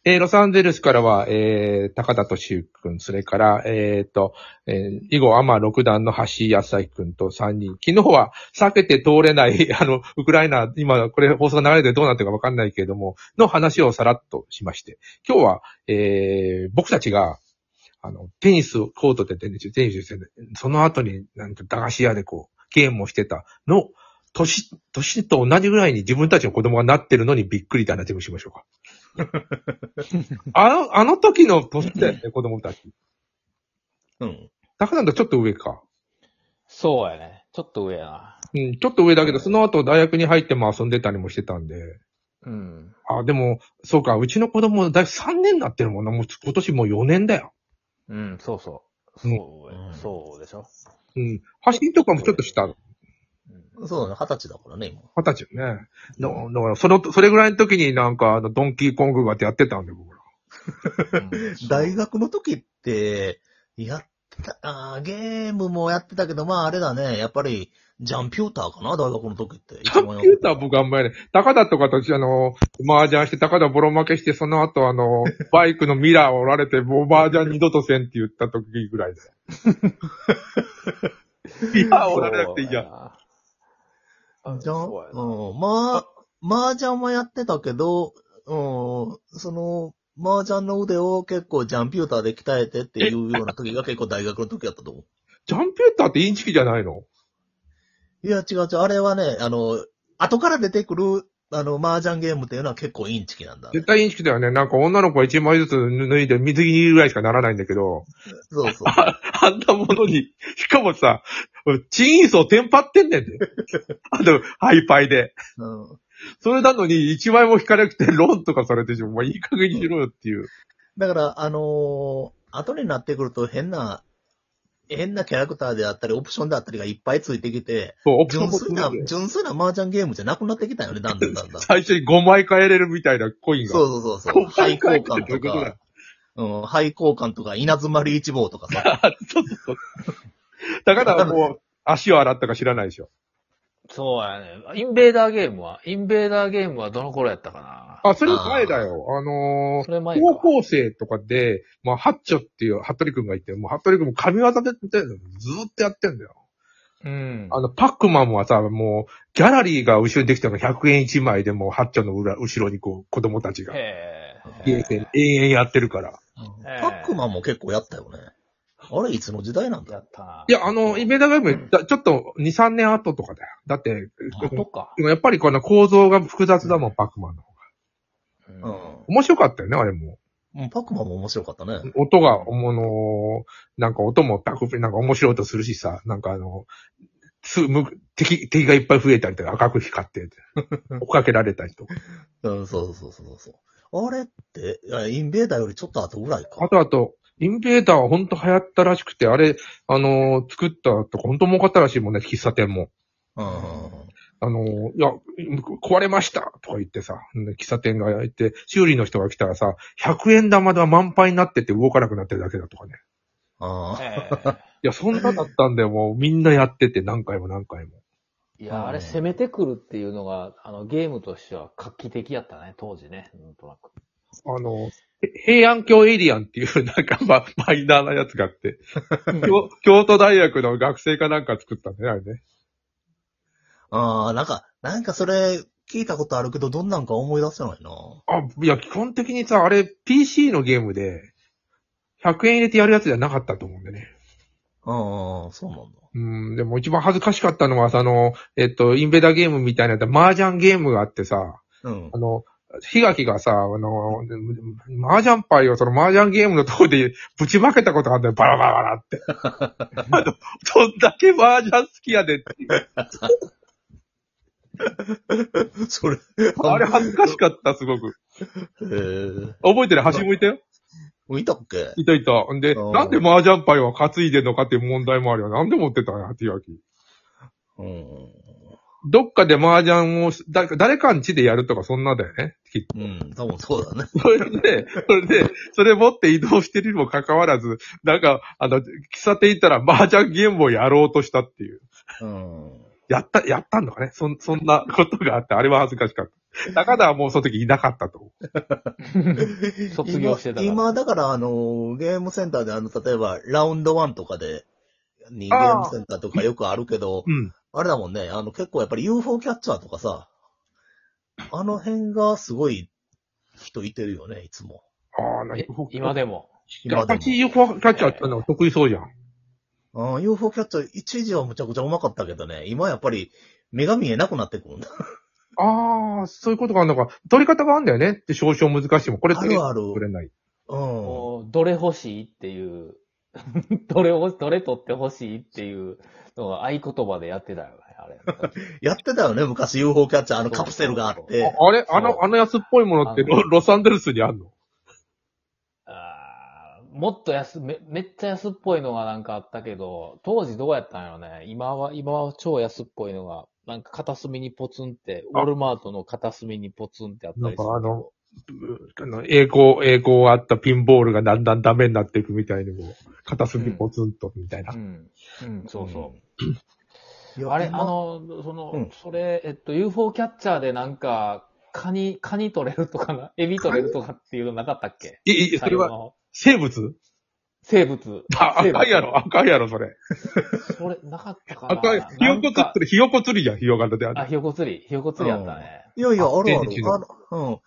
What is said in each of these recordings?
ロサンゼルスからは、高田敏之くん、それから、以後、アマ6段の橋康明くんと3人。昨日は避けて通れない、ウクライナ、今、これ放送が流れてどうなってるかわかんないけれども、の話をさらっとしまして。今日は、僕たちが、テニスコートでテニスして、その後に、なんか駄菓子屋でこう、ゲームをしてたの、年と同じぐらいに自分たちの子供がなってるのにびっくりだなってしましょうか。あの時の年だよね、子供たち。 うん。 高田とちょっと上か。 そうやね。ちょっと上やな。 うん、ちょっと上だけど、その後大学に入っても遊んでたりもしてたんで。 うん。 でも、そうか、うちの子供大学3年になってるもんな。もう今年もう4年だよ。 うん、そうそう。 うんそうでしょ。 うん。走りとかもちょっとしたの。 そうだね、20歳だからね、今。 20歳よね。だから、それぐらいの時になんか、ドンキーコングがってやってたんで、僕ら。 大学の時って、やってた、ゲームもやってたけど、まああれだね、やっぱり、ジャンピューターかな、大学の時って。 ジャンピューター僕あんまりね、高田とかと、麻雀して、高田ボロ負けして、その後バイクのミラーを折られて、もう麻雀二度とせんって言った時ぐらいで。ミラー折られなくていいじゃん。 じゃん、麻雀はやってたけど、麻雀の腕を結構ジャンピューターで鍛えてっていうような時が結構大学の時だったと思う。 ジャンピューターってインチキじゃないの？ いや、違う。あれはね、後から出てくる、麻雀ゲームっていうのは結構インチキなんだ、ね。 絶対インチキだよね。なんか女の子が1枚ずつ脱いで水着にいるぐらいしかならないんだけど。 そうそう。 あんなものに、しかもさ、チンインソをテンパってんねんで。ハイパイで。 うん。 それなのに1枚も引かなくてロンとかされてしまう。まあ、いい加減にしろよっていう。 だから、後になってくると変なキャラクターであったり、オプションであったりがいっぱいついてきて、 そう、オプションもついてる純粋な麻雀ゲームじゃなくなってきたよね、だんだん。 最初に5枚変えれるみたいなコインが。 そう。廃交換とか、廃交換とか、稲妻リーチ棒とかさ。 そう。だからもう、足を洗ったか知らないでしょ。 そうやね。インベーダーゲームはどの頃やったかな。 それ前だよ。 それ前か。 高校生とかで、まあ、ハッチョっていう服部くんがいて、もう服部くんも神業でずーっとやってんだよ。 うん。 パックマンはさ、もう、ギャラリーが後ろにできたの100円1枚でもうハッチョの後ろにこう、子供たちが。永遠やってるから。 パックマンも結構やったよね。あれ、いつの時代なんだ？ やったな。 いや、イベントゲーム、ちょっと2、3年後とかだよ。だって、 後か。 やっぱりこの構造が複雑だもん、パックマンの方が。 うん。 面白かったよね、あれも。 パックマンも面白かったね。 音が、なんか音もなんか面白い音するしさ、なんか敵がいっぱい増えたりとか赤く光って、追っかけられたりとか。 うん、そう。あれって、インベーダーよりちょっと後ぐらいか。 あと、インベーダーはほんと流行ったらしくて、あれ、作ったとかほんと儲かったらしいもんね、喫茶店も。いや、壊れましたとか言ってさ、喫茶店がやって、修理の人が来たらさ、100円玉では満杯になってて動かなくなってるだけだとかね。いや、そんなだったんだよ、もうみんなやってて何回も。 いや、あれ攻めてくるっていうのが、ゲームとしては画期的やったね、当時ね。なんとなく。 平安京エイリアンっていうなんかマイナーなやつがあって、京都大学の学生かなんか作ったんだよ、あれね。 なんかそれ、聞いたことあるけど、どんなんか思い出せないな。 いや、基本的にさ、あれ、PC のゲームで、100円入れてやるやつじゃなかったと思うんでね。 そうなんだ。 でも一番恥ずかしかったのは、インベーダーゲームみたいな、麻雀ゲームがあってさ、ひがきがさ、麻雀牌をその麻雀ゲームのところでぶちまけたことがあるんだよ、バラバラバラって。どんだけ麻雀好きやでっていう。 それ。 あれ恥ずかしかった、すごく。覚えてる？橋向いたよ。 いたっけ？ いた。んで、なんで麻雀牌は担いでんのかっていう問題もあるよ。なんで持ってたんや、ひがき。どっかで麻雀を、誰かん家でやるとかそんなだよね。きっと。 多分そうだね。 それ持って移動してるにもかかわらず、なんか、喫茶店行ったら麻雀ゲームをやろうとしたっていう。いやったんだかね。そんなことがあって、あれは恥ずかしかった。高田はもうその時いなかったと思う。 卒業してたから。 今、だからゲームセンターで例えば、ラウンド1とかで、ゲームセンターとかよくあるけど、 うん。 あれだもんね、結構やっぱり UFO キャッチャーとかさ、あの辺がすごい人いてるよね、いつも。 ああ、 今でも。 今でも。 UFO キャッチャーってのは得意そうじゃん。 UFO キャッチャー一時はむちゃくちゃうまかったけどね、今やっぱり目が見えなくなってくるんだ。 ああ、そういうことがあるのか。取り方があるんだよねって少々難しいもん。これあるある取れない。 どれ欲しいっていう、どれ取って欲しいっていうのが合言葉でやってたよね、あれ。 やってたよね、昔 UFO キャッチャー、カプセルがあって。 あれあの安っぽいものってロサンゼルスにあるの？ もっとめっちゃ安っぽいのがなんかあったけど、当時どうやったんやろね。今は超安っぽいのが、なんか片隅にポツンって、ウォルマートの片隅にポツンってあったりする。 栄光あったピンボールがだんだんダメになっていくみたいにもう、片隅ポツンとみたいな。 そうそう。あれ、それ、UFO キャッチャーでなんか、カニ取れるとかエビ取れるとかっていうのなかったっけ？ それは、生物。赤いやろ、それ。 それ、なかったかな。 赤い。ひよこ釣りじゃん、ひよこである。 ひよこ釣りあったね。 いや、あるある。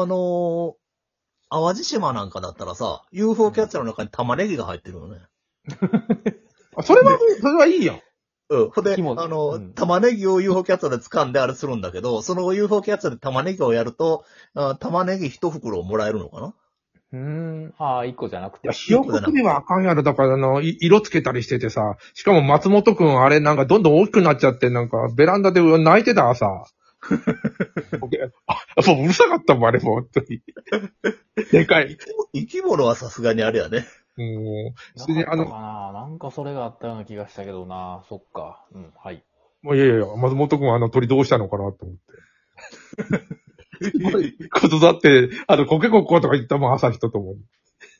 淡路島なんかだったらさ、UFO キャッチャーの中に玉ねぎが入ってるよね。 それはいいやん。 ほんで、玉ねぎを UFO キャッチャーで掴んであれするんだけど、その UFO キャッチャーで玉ねぎをやると、玉ねぎ一袋もらえるのかな？ 一個じゃなくて。 ひよこ釣りはあかんやろ。だから色つけたりしててさ、しかも松本くんあれなんかどんどん大きくなっちゃって、なんかベランダで泣いてたさ。もううるさかったもん、あれも、本当に。でかい。 生き物はさすがにあれやね。 それでなんかそれがあったような気がしたけどな。そっか。はい。 もういや、松本くんは鳥どうしたのかなと思って。ことだって、コケコッコとか言ったもん、朝日とともに。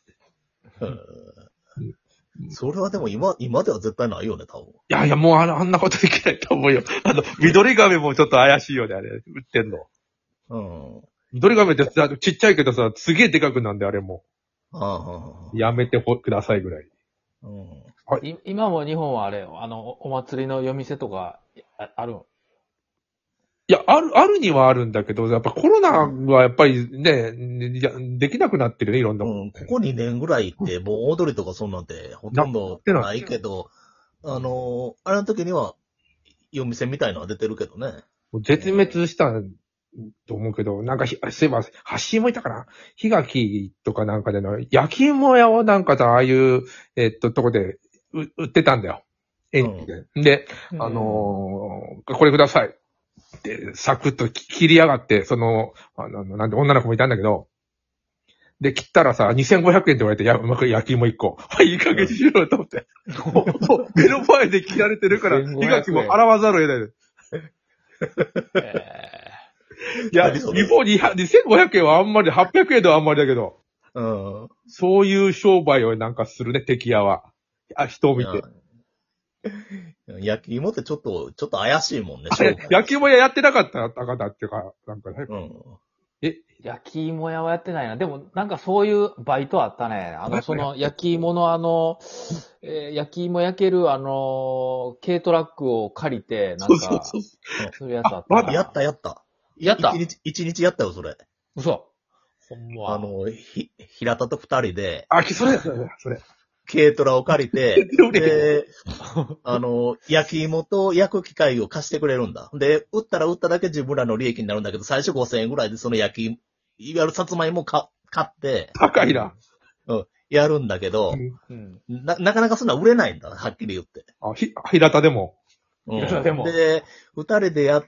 それはでも今では絶対ないよね、多分。 いや、もうあんなことできないと思うよ。緑亀もちょっと怪しいよね、あれ、売ってんの。緑亀ってさ、ちっちゃいけどさ、すげえでかくなんで、あれも。やめてくださいぐらい。 今も日本はあれ、お祭りの夜店とか、ある？ いや、あるにはあるんだけど、やっぱコロナはやっぱりね、できなくなってるね、いろんなもの。ここ2年ぐらいって、盆踊りとかそんなんてほとんどないけど、あれの時には、夜店みたいのは出てるけどね。 絶滅したと思うけど、なんか、そういえば、橋もいたかな？檜垣とかなんかでの、焼き芋屋をなんかさ、ああいう、とこで売ってたんだよ。で、これください。で、サクッと切りやがって、なんで女の子もいたんだけど、で、切ったらさ、2500円って言われて、うまく焼き芋1個。いい加減にしろよと思って。目の前で切られてるから、檜垣も払わざるを得ない。いや、日本に2500円はあんまり、800円ではあんまりだけど、そういう商売をなんかするね、敵屋は。人を見て。 焼き芋ってちょっと怪しいもんね。 焼き芋屋やってなかった高田っていうか、なんかね。 焼き芋屋はやってないな。でも、なんかそういうバイトあったね。焼き芋の焼き芋焼ける軽トラックを借りて、なんか、そういうやつあったな。 やった。一日やったよ、それ。 嘘。ほんま。 平田と二人で。 それ。 軽トラを借りて、で、焼き芋と焼く機械を貸してくれるんだ。で、売っただけ自分らの利益になるんだけど、最初5000円ぐらいでそのいわゆるさつまいも買って、 高いな。 やるんだけど、なかなかそんな売れないんだ、はっきり言って。 平田でも。 で、二人でやって、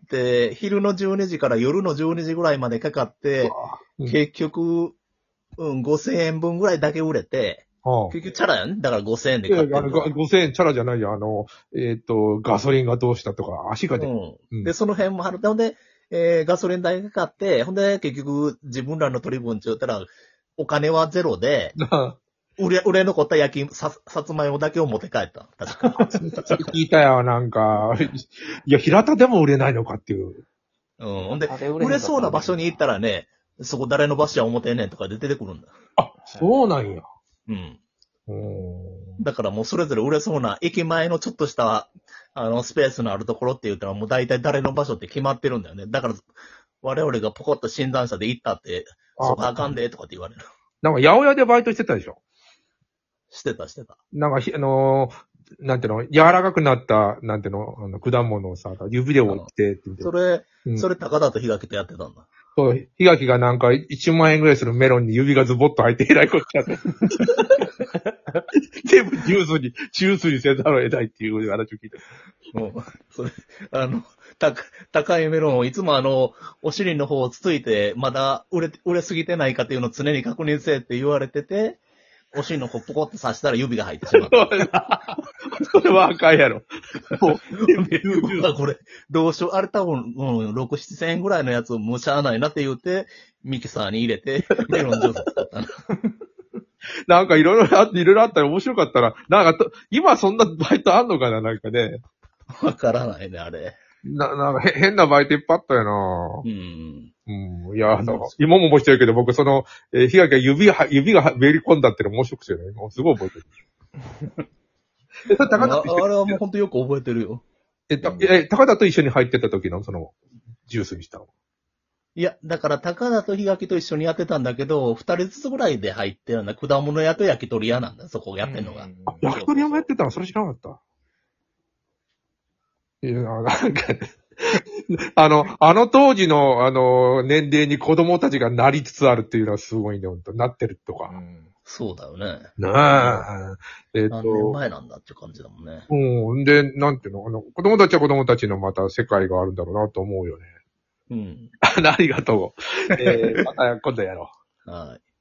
昼の12時から夜の12時ぐらいまでかかって、結局、5000円分ぐらいだけ売れて、結局チャラやんだから5000円で買ってる。 5000円チャラじゃないよ。ガソリンがどうしたとか、足が出る。で、その辺も払って、ほんで、ガソリン代がかかって、ほんで、結局自分らの取り分って言ったら、お金はゼロで、 売れ残った焼き、さつまいもだけを持って帰った。確か。 それ聞いたよ、なんか。いや、平田でも売れないのかっていう。 うん。ほんで、売れそうな場所に行ったらね、そこ誰の場所や思てんねんとかで出てくるんだ。 あ、そうなんや。 うん。 うん。 だからもうそれぞれ売れそうな駅前のちょっとした、スペースのあるところって言ったらもう大体誰の場所って決まってるんだよね。だから、我々がポコッと診断車で行ったって、そこあかんでとかって言われる。 なんか、八百屋でバイトしてたでしょ。 してた。 なんかなんていうの、柔らかくなった、なんていうの、果物をさ、指で折ってって言って。 それ高田と檜垣とやってたんだ。 そう、檜垣がなんか1万円ぐらいするメロンに指がズボッと入ってえらいことやって。全部ジュースにせざるを得ないっていう話を聞いて。 もう、それ、高いメロンをいつもお尻の方をつついて、まだ売れすぎてないかっていうのを常に確認せえって言われてて、お尻の方ポコって刺したら指が入ってしまった。 それは赤いやろ。もうこれ、どうしよう、あれ多分、6、7千円ぐらいのやつをもうしゃあないなって言って、ミキサーに入れて、メロンジュース作ったな。 なんかいろいろあったら面白かったら、なんか今そんなバイトあんのかななんかね。 わからないね、あれ。 なんか変なバイトいっぱいあったよな。 うん。 うん。いや、今も面白いけど、僕檜垣が指がめり込んだっての面白くてね。もうすごい覚えてる。 あれはもうほんとよく覚えてるよ。 高田と一緒に入ってた時のジュースにしたの。 いや、だから高田と檜垣と一緒にやってたんだけど、二人ずつぐらいで入ってるんだ。果物屋と焼き鳥屋なんだ、そこやってんのが。 焼き鳥屋もやってたのそれ知らなかった。いや、なんか、あの当時の、年齢に子供たちがなりつつあるっていうのはすごいね、本当なってるとか。 そうだよね。 なあ。 何年前なんだって感じだもんね。 うん。で、なんていうの、子供たちは子供たちのまた世界があるんだろうなと思うよね。 うん。 ありがとう。また今度やろう。 はい。